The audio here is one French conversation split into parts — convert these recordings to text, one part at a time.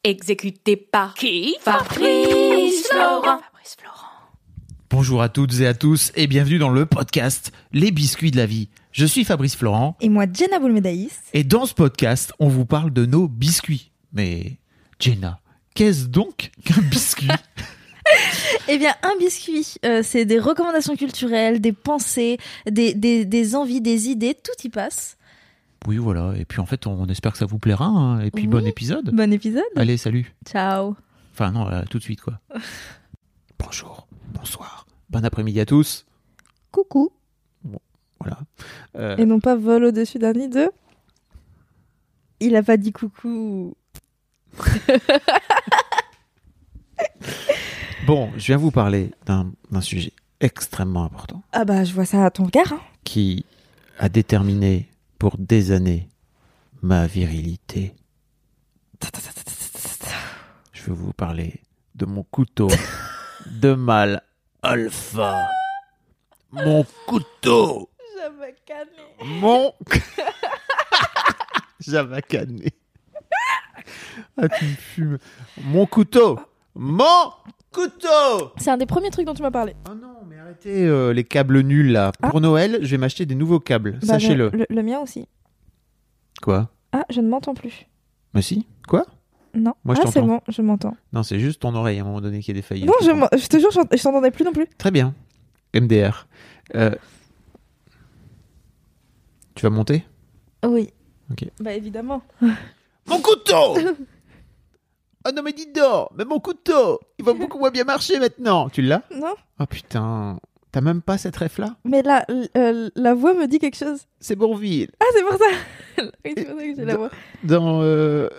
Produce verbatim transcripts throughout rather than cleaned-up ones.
Exécuté par qui? Fabrice Florent. Fabrice Florent. Bonjour à toutes et à tous et bienvenue dans le podcast Les Biscuits de la Vie. Je suis Fabrice Florent. Et moi, Jenna Boulmedaïs. Et dans ce podcast, on vous parle de nos biscuits. Mais Jenna, qu'est-ce donc qu'un biscuit? Eh bien, un biscuit, euh, c'est des recommandations culturelles, des pensées, des, des, des envies, des idées, tout y passe. Oui, voilà. Et puis en fait, on espère que ça vous plaira. Hein. Et puis Oui. bon épisode. Bon épisode. Allez, salut. Ciao. Enfin non, là, tout de suite quoi. Bonjour, bonsoir, bon après-midi à tous. Coucou. Bon, voilà. Euh... Et non pas vol au-dessus d'un nid de... Il a pas dit coucou. Bon, je viens vous parler d'un, d'un sujet extrêmement important. Ah bah, je vois ça à ton regard. Hein. Qui a déterminé pour des années ma virilité. Je veux vous parler de mon couteau de mâle alpha. Mon couteau. Jamacané. Mon... Jamacané. Ah, tu me fumes. Mon couteau. Mon couteau. C'est un des premiers trucs dont tu m'as parlé. Oh non, mais arrêtez euh, les câbles nuls là. Pour Ah. Noël, je vais m'acheter des nouveaux câbles. Bah, Sachez-le. Le, le, le mien aussi. Quoi? Ah, je ne m'entends plus. Mais si. Quoi? Non. Moi, je ah, c'est t'entends. bon, je m'entends. Non, c'est juste ton oreille à un moment donné qui est défaillie. Non, je, m'en- je te jure, je je t'entendais plus non plus. Très bien. M D R. Euh... Tu vas monter? Oui. Ok. Bah, évidemment. Mon couteau. Ah non mais dis donc, mais mon couteau, il va beaucoup moins bien marcher maintenant. Tu l'as? Non. Oh putain, t'as même pas cette ref là? Mais là, l- euh, la voix me dit quelque chose. C'est Bourvil. Ah, c'est pour ça. Oui, c'est pour ça que j'ai la voix. Dans euh...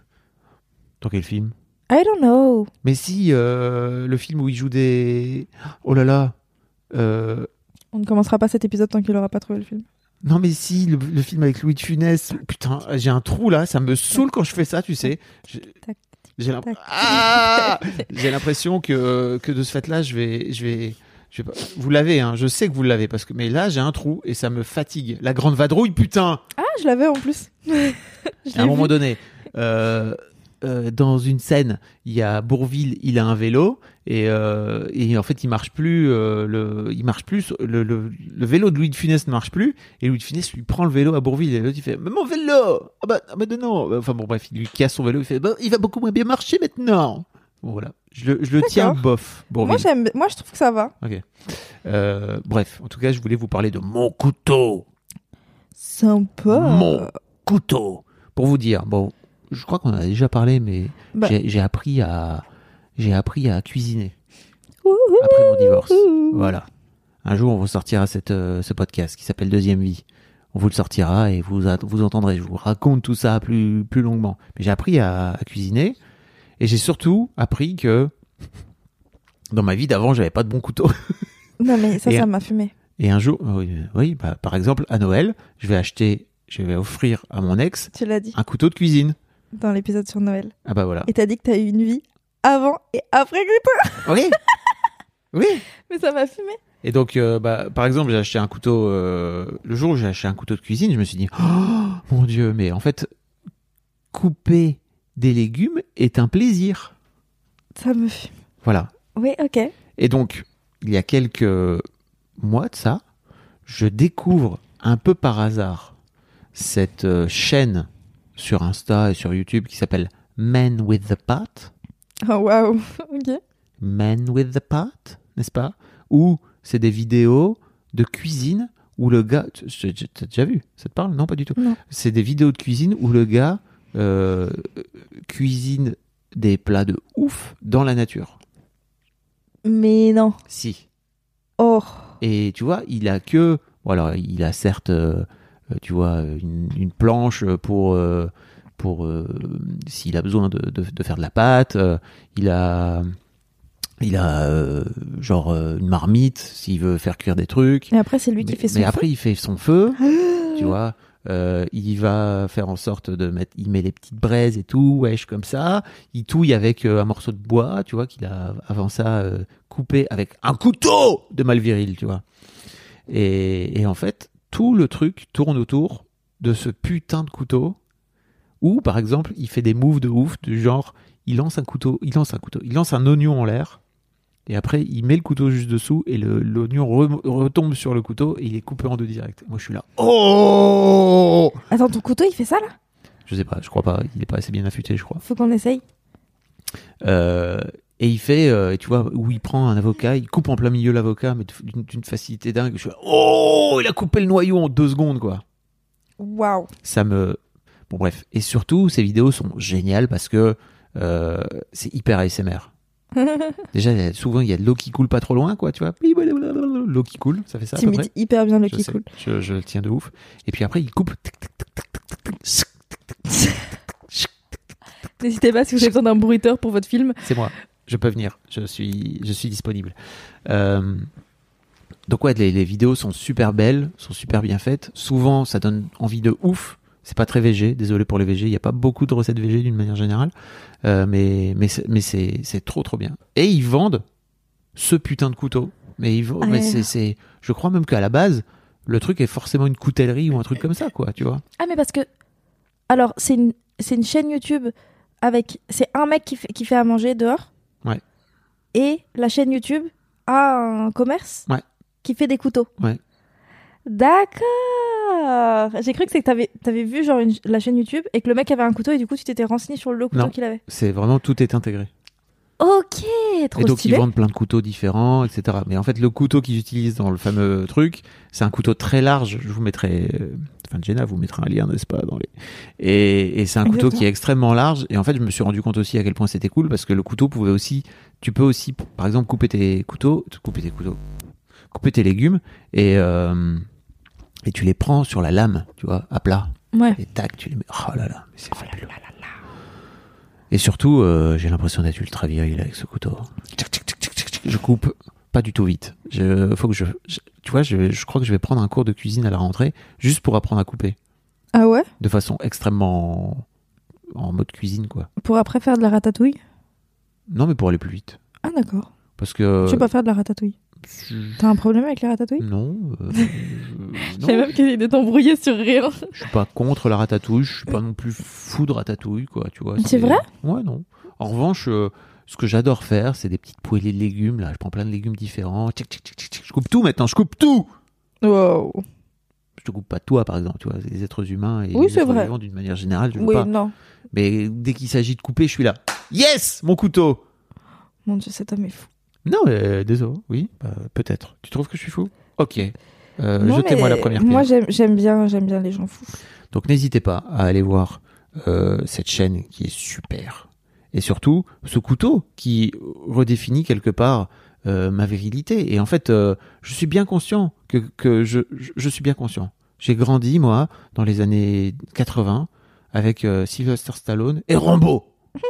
dans quel film? I don't know. Mais si, euh, le film où il joue des... Oh là là. Euh... On ne commencera pas cet épisode tant qu'il n'aura pas trouvé le film. Non mais si, le, le film avec Louis de Funès. Putain, j'ai un trou là, ça me saoule quand je fais ça, tu sais. Je- Tac, J'ai, l'imp- tac. Ah j'ai l'impression que, que de ce fait-là, je vais, je vais, je vais pas... Vous l'avez, hein, je sais que vous l'avez, parce que mais là j'ai un trou et ça me fatigue. La grande vadrouille, putain. Ah, je l'avais en plus. Je À l'ai un moment vu. donné, euh, euh, dans une scène, il y a Bourvil, il a un vélo et, euh, et en fait il marche plus, euh, le, il marche plus, le, le, le vélo de Louis de Funès ne marche plus et Louis de Funès lui prend le vélo à Bourvil et l'autre il fait mais mon vélo, ah bah, ah bah non, enfin bon bref, il lui casse son vélo, il fait bah, il va beaucoup moins bien marcher maintenant. Bon, voilà, je le, je le D'accord. tiens bof, Bourvil. Moi, j'aime... Moi, je trouve que ça va. Ok. Euh, bref, en tout cas, je voulais vous parler de mon couteau. Sympa. Mon couteau. Pour vous dire, bon, je crois qu'on en a déjà parlé, mais Bah. j'ai, j'ai appris à, j'ai appris à cuisiner Ouhou. après mon divorce. Voilà. Un jour, on vous sortira cette, euh, ce podcast qui s'appelle Deuxième Vie. On vous le sortira et vous, a- vous entendrez. Je vous raconte tout ça plus, plus longuement. Mais j'ai appris à, à cuisiner et j'ai surtout appris que dans ma vie d'avant, j'avais pas de bon couteau. Non, mais ça, Et ça un- m'a fumé. Et un jour, oui, oui bah, par exemple, à Noël, je vais acheter, je vais offrir à mon ex Tu l'as dit un couteau de cuisine. dans l'épisode sur Noël. Ah bah voilà. Et t'as dit que t'as eu une vie avant et après couteau. Oui. Oui. Mais ça m'a fumé. Et donc, euh, bah, par exemple, j'ai acheté un couteau. Euh, le jour où j'ai acheté un couteau de cuisine, je me suis dit, oh mon Dieu, mais en fait, couper des légumes est un plaisir. Ça me fume. Voilà. Oui, ok. Et donc, il y a quelques mois de ça, je découvre un peu par hasard cette euh, chaîne sur Insta et sur YouTube qui s'appelle Men with the Pot. Oh, waouh. Ok. Men with the Pot, n'est-ce pas? Où c'est des vidéos de cuisine où le gars... tu- tu- tu- T'as déjà vu? Ça te parle? Non, pas du tout. Non. C'est des vidéos de cuisine où le gars euh, cuisine des plats de ouf dans la nature. Mais non. Si. Oh. Et tu vois, il a que... Bon, alors, il a certes, euh, euh, tu vois, une, une planche pour... euh, pour euh, s'il a besoin de, de, de faire de la pâte. Euh, il a... Il a euh, genre euh, une marmite s'il veut faire cuire des trucs. Et après, c'est lui qui mais, fait son mais feu. après, il fait son feu, tu vois. Euh, il va faire en sorte de mettre, il met les petites braises et tout, wesh, comme ça. Il touille avec euh, un morceau de bois, tu vois, qu'il a avant ça euh, coupé avec un couteau de Malviril, tu vois. Et, et en fait, tout le truc tourne autour de ce putain de couteau. Ou, par exemple, il fait des moves de ouf, du genre, il lance un couteau, il lance un couteau, il lance un oignon en l'air, et après il met le couteau juste dessous, et le, l'oignon re- retombe sur le couteau, et il est coupé en deux direct. Moi je suis là, oh! Attends, ton couteau, il fait ça, là? Je sais pas, je crois pas, il est pas assez bien affûté, je crois. Faut qu'on essaye. Euh, et il fait, euh, tu vois, où il prend un avocat, il coupe en plein milieu l'avocat, mais d'une, d'une facilité dingue. Je suis là, oh, il a coupé le noyau en deux secondes, quoi. Waouh. Ça me... Bon, bref. Et surtout, ces vidéos sont géniales parce que euh, c'est hyper A S M R. Déjà, il y a- souvent, il y a de l'eau qui coule pas trop loin, quoi, tu vois. L'eau qui coule, ça fait ça à Tu peu près. imites hyper bien le Je qui sais, coule. je, je le tiens de ouf. Et puis après, il coupe. N'hésitez pas si vous avez besoin d'un bruiteur pour votre film. C'est moi. Je peux venir. Je suis, je suis disponible. Euh, donc ouais, les, les vidéos sont super belles, sont super bien faites. Souvent, ça donne envie de ouf. C'est pas très végé. Désolé pour les végés. Il n'y a pas beaucoup de recettes végé d'une manière générale. Euh, mais mais, c'est, mais c'est, c'est trop trop bien. Et ils vendent ce putain de couteau. Mais, ils, vendent- Ah mais ouais. c'est, c'est, je crois même qu'à la base, le truc est forcément une coutellerie ou un truc comme ça, quoi, tu vois. Ah, mais parce que. Alors, c'est une, c'est une chaîne YouTube avec. C'est un mec qui fait, qui fait à manger dehors. Ouais. Et la chaîne YouTube a un commerce Ouais. qui fait des couteaux. Ouais. D'accord. J'ai cru que c'est que t'avais, t'avais vu genre une- la chaîne YouTube et que le mec avait un couteau et du coup tu t'étais renseigné sur le couteau Non. qu'il avait. C'est vraiment, tout est intégré. Ok, trop Et donc stylé. ils vendent plein de couteaux différents, et cetera. Mais en fait, le couteau qu'ils utilisent dans le fameux truc, c'est un couteau très large. Je vous mettrai, euh, enfin Jenna vous mettra un lien, n'est-ce pas, dans les. Et, et c'est un couteau Exactement. qui est extrêmement large. Et en fait, je me suis rendu compte aussi à quel point c'était cool parce que le couteau pouvait aussi, tu peux aussi, par exemple, couper tes couteaux, couper tes couteaux, couper tes légumes et euh, et tu les prends sur la lame, tu vois, à plat. Ouais. Et tac, tu les mets. Oh là là, mais c'est fabuleux. Et surtout, euh, j'ai l'impression d'être ultra viril avec ce couteau. Tchic, tchic, tchic, tchic, tchic. Je coupe pas du tout vite. Je, faut que je, je- tu vois, je, je crois que je vais prendre un cours de cuisine à la rentrée juste pour apprendre à couper Ah ouais? de façon extrêmement en mode cuisine, quoi. Pour après faire de la ratatouille? Non, mais pour aller plus vite, Ah d'accord. parce que Tu veux pas faire de la ratatouille? je- T'as un problème avec la ratatouille? non, euh, je- J'avais non, même qu'essayer de t'embrouiller sur rien. je suis pas contre la ratatouille, je suis pas non plus fou de ratatouille, quoi, tu vois. C'est vrai? Ouais, non. En revanche, euh, ce que j'adore faire, c'est des petites poêlées de légumes. Là, je prends plein de légumes différents. Tchic, tchic, tchic, tchic. Je coupe tout maintenant. Je coupe tout. Wow. Je te coupe pas toi, par exemple. Tu vois, les êtres humains et Oui, les c'est êtres vrai. vivants d'une manière générale, je veux Oui, pas. non. Mais dès qu'il s'agit de couper, je suis là. Yes, mon couteau. Mon Dieu, cet homme est fou. Non, euh, désolé. Oui, bah, peut-être. Tu trouves que je suis fou? Ok. Euh, Non, jetez-moi mais la première pierre. Moi, j'aime, j'aime bien, j'aime bien les gens fous. Donc n'hésitez pas à aller voir euh, cette chaîne qui est super. Et surtout, ce couteau qui redéfinit quelque part euh, ma virilité. Et en fait, euh, je suis bien conscient que, que je, je, je suis bien conscient. J'ai grandi, moi, dans les années quatre-vingts, avec euh, Sylvester Stallone et Rambo.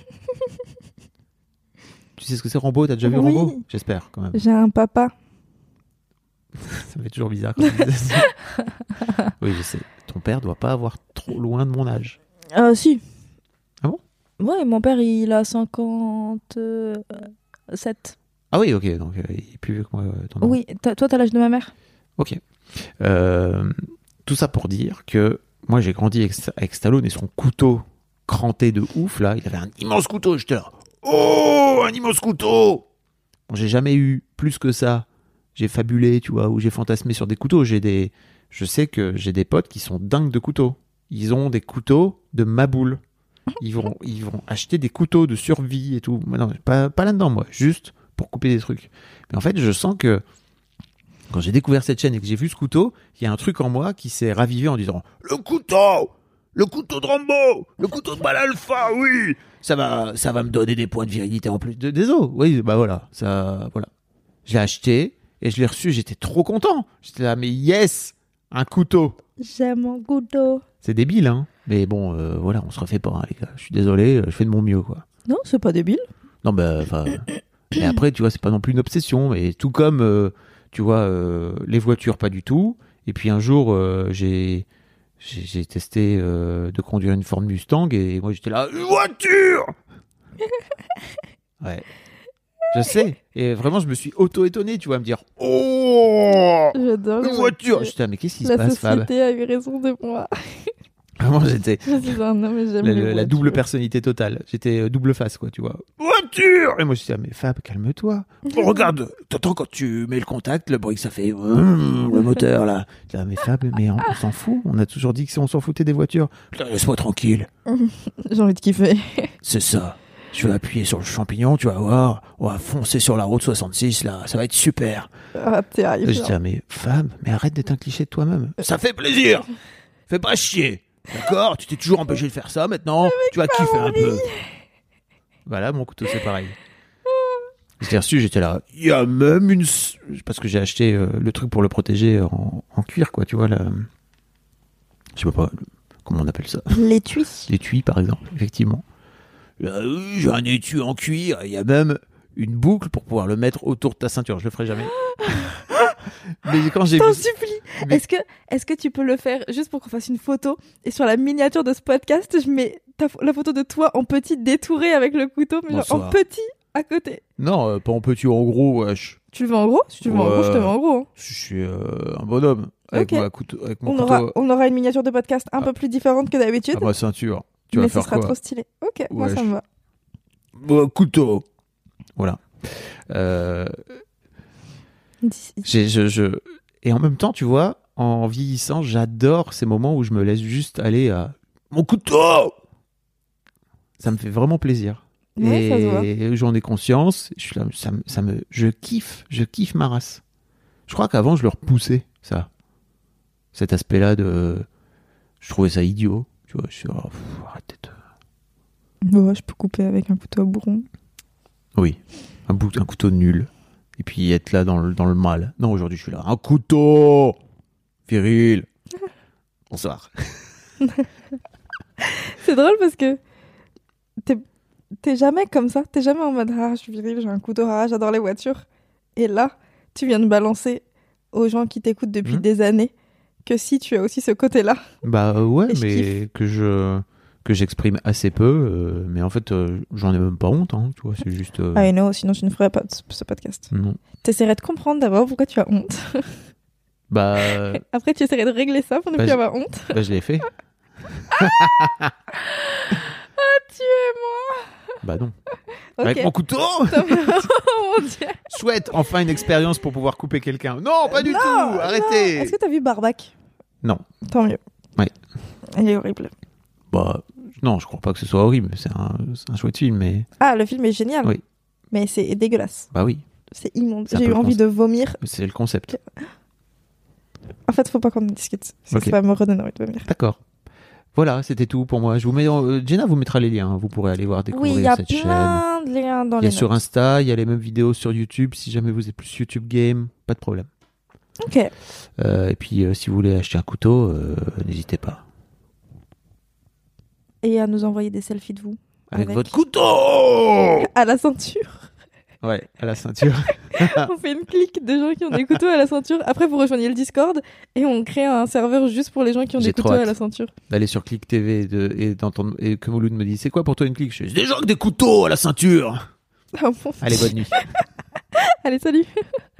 Tu sais ce que c'est Rambo? T'as déjà vu Oui. Rambo? J'espère, quand même. J'ai un papa. Ça me fait toujours bizarre quand tu dis ça. Oui, je sais. Ton père doit pas avoir trop loin de mon âge. Euh, si. Ah bon? Ouais, mon père, il a cinquante-sept. Ah oui, ok, donc euh, il est plus vieux que moi. euh, ton nom. Oui, t'as- toi, t'as l'âge de ma mère? Ok. Euh, tout ça pour dire que moi j'ai grandi avec, avec Stallone et son couteau cranté de ouf là. Il avait un immense couteau. J'étais là. Oh, un immense couteau. Bon, j'ai jamais eu plus que ça. J'ai fabulé, tu vois, ou j'ai fantasmé sur des couteaux. J'ai des, je sais que j'ai des potes qui sont dingues de couteaux. Ils ont des couteaux de maboule. Ils vont, ils vont acheter des couteaux de survie et tout. Mais non, pas, pas là-dedans, moi. Juste pour couper des trucs. Mais en fait, je sens que quand j'ai découvert cette chaîne et que j'ai vu ce couteau, il y a un truc en moi qui s'est ravivé en disant le couteau, le couteau de Rambo, le couteau de Mal-Alpha, oui, ça va, ça va me donner des points de virilité en plus de des os. Oui, bah voilà, ça, voilà. Je l'ai acheté et je l'ai reçu. J'étais trop content. J'étais là, mais yes, un couteau. J'aime mon couteau. C'est débile, hein. Mais bon, euh, voilà, on se refait pas, hein, les gars. Je suis désolé, je fais de mon mieux, quoi. Non, c'est pas débile. Non, bah, enfin. Et après, tu vois, c'est pas non plus une obsession. Mais tout comme, euh, tu vois, euh, les voitures, pas du tout. Et puis un jour, euh, j'ai, j'ai, j'ai testé euh, de conduire une Ford Mustang et moi, j'étais là, une voiture. Ouais. Je sais. Et vraiment, je me suis auto-étonné, tu vois, à me dire, oh, J'adore les une voiture. voitures. J'étais là, mais qu'est-ce qui se La passe, Fab? société a eu raison de moi. Vraiment, j'étais Je suis un homme et j'aime la, les la- la voitures. double personnalité totale. J'étais euh, double face, quoi, tu vois. Voiture. Et moi, je disais, ah, mais Fab, calme-toi. Oh, regarde, t'entends quand tu mets le contact, le bruit que ça fait, vroom, le moteur, là. Je dis, ah, mais Fab, mais on, on s'en fout. On a toujours dit que si on s'en foutait des voitures. Putain, laisse-moi tranquille. J'ai envie de kiffer. C'est ça. Je vais appuyer sur le champignon, tu vas voir. On va foncer sur la route soixante-six, là. Ça va être super. Ah, t'es arrivé. Je dis, ah, mais Fab, mais arrête d'être un cliché de toi-même. Ça fait plaisir. Fais pas chier. D'accord? Tu t'es toujours empêché de faire ça. Maintenant, tu vas kiffer un peu. Voilà, mon couteau, c'est pareil. Je l'ai reçu, j'étais là. Il y a même une... s- Parce que j'ai acheté euh, le truc pour le protéger en, en cuir, quoi. Tu vois, là. Je sais pas comment on appelle ça. L'étui. L'étui, par exemple, effectivement. Là, oui, j'ai un étui en cuir. Il y a même une boucle pour pouvoir le mettre autour de ta ceinture. Je le ferai jamais. Mais quand j'ai T'en vu... supplie. Mais- Est-ce que, est-ce que tu peux le faire juste pour qu'on fasse une photo et sur la miniature de ce podcast, je mets ta, la photo de toi en petit détouré avec le couteau, mais genre en Bonsoir. petit à côté. Non, euh, pas en petit ou en gros, wesh. Tu le veux en gros? Si tu le veux en gros, je te Ouais. le mets en gros. hein. Je suis euh, un bonhomme. Avec, Ok. ma couteau, avec mon On couteau aura, on aura une miniature de podcast un Ah. peu plus différente que d'habitude, à ma ceinture. Tu mais vas ce faire sera quoi? trop stylé. Ok, moi Wesh. ça me va. Bon, couteau. Voilà. Euh, Dis- j'ai, je, je... Et en même temps, tu vois, en vieillissant, j'adore ces moments où je me laisse juste aller à mon couteau. Ça me fait vraiment plaisir. Ouais, ça se voit. Et j'en ai conscience. Je suis là, ça, me- ça me, je kiffe, je kiffe ma race. Je crois qu'avant, je le repoussais, ça. Cet aspect-là de, je trouvais ça idiot. Tu vois, je suis, oh, pff, arrête d'être- Ouais, je peux couper avec un couteau à bourron. Oui, un, bout, un couteau nul. Et puis être là dans le, dans le mal. Non, aujourd'hui, je suis là. Un couteau viril. Bonsoir. C'est drôle parce que t'es, t'es jamais comme ça. T'es jamais en mode ah, je suis viril, j'ai un couteau, ah, j'adore les voitures. Et là, tu viens de balancer aux gens qui t'écoutent depuis Mhm. des années que si tu as aussi ce côté-là. Bah euh, ouais, Et je mais que je que j'exprime assez peu. euh, mais en fait, euh, j'en ai même pas honte. Hein, tu vois, c'est juste. euh, Ah, et non, sinon tu ne ferais pas ce- ce podcast. Non. T'essaierais de comprendre d'abord pourquoi tu as honte. Bah, euh, Après, tu essaierais de régler ça pour ne Bah, plus je- avoir honte. bah, je l'ai fait. Tu es moi. Bah non. Ok. Avec mon couteau. oh mon dieu. Souhaite enfin une expérience pour pouvoir couper quelqu'un. Non, pas du Non, tout. non. Arrêtez. Est-ce que t'as vu Barbac? Non. Tant mieux. Ouais. Il est horrible. Bah non, je crois pas que ce soit horrible. C'est un, c'est un chouette film, mais Ah, le film est génial. Oui. Mais c'est dégueulasse. bah oui, C'est immonde. C'est un J'ai peu eu le envie concept. de vomir. c'est le concept. En fait, faut pas qu'on en discute. Parce Ok. que ça va me redonner envie de vomir. D'accord. Voilà, c'était tout pour moi. Je vous mets, euh, Jenna vous mettra les liens. hein. Vous pourrez aller voir Oui, découvrir il y a cette chaîne. plein de liens dans Il y a les sur notes. Insta, il y a les mêmes vidéos sur YouTube. Si jamais vous êtes plus YouTube game, pas de problème. Ok. Euh, et puis, euh, si vous voulez acheter un couteau, euh, n'hésitez pas. Et à nous envoyer des selfies de vous. Avec, Avec. votre couteau. À la ceinture. Ouais, à la ceinture. On fait une clique de gens qui ont des couteaux à la ceinture. Après, vous rejoignez le Discord et on crée un serveur juste pour les gens qui ont J'ai des trop couteaux à hâte. la ceinture. D'aller sur Click T V et, de, et, d'entendre, et que Mouloud me dit c'est quoi pour toi une clique? Je dis, des gens avec des couteaux à la ceinture. Ah bon. Allez, bonne nuit. Allez, salut.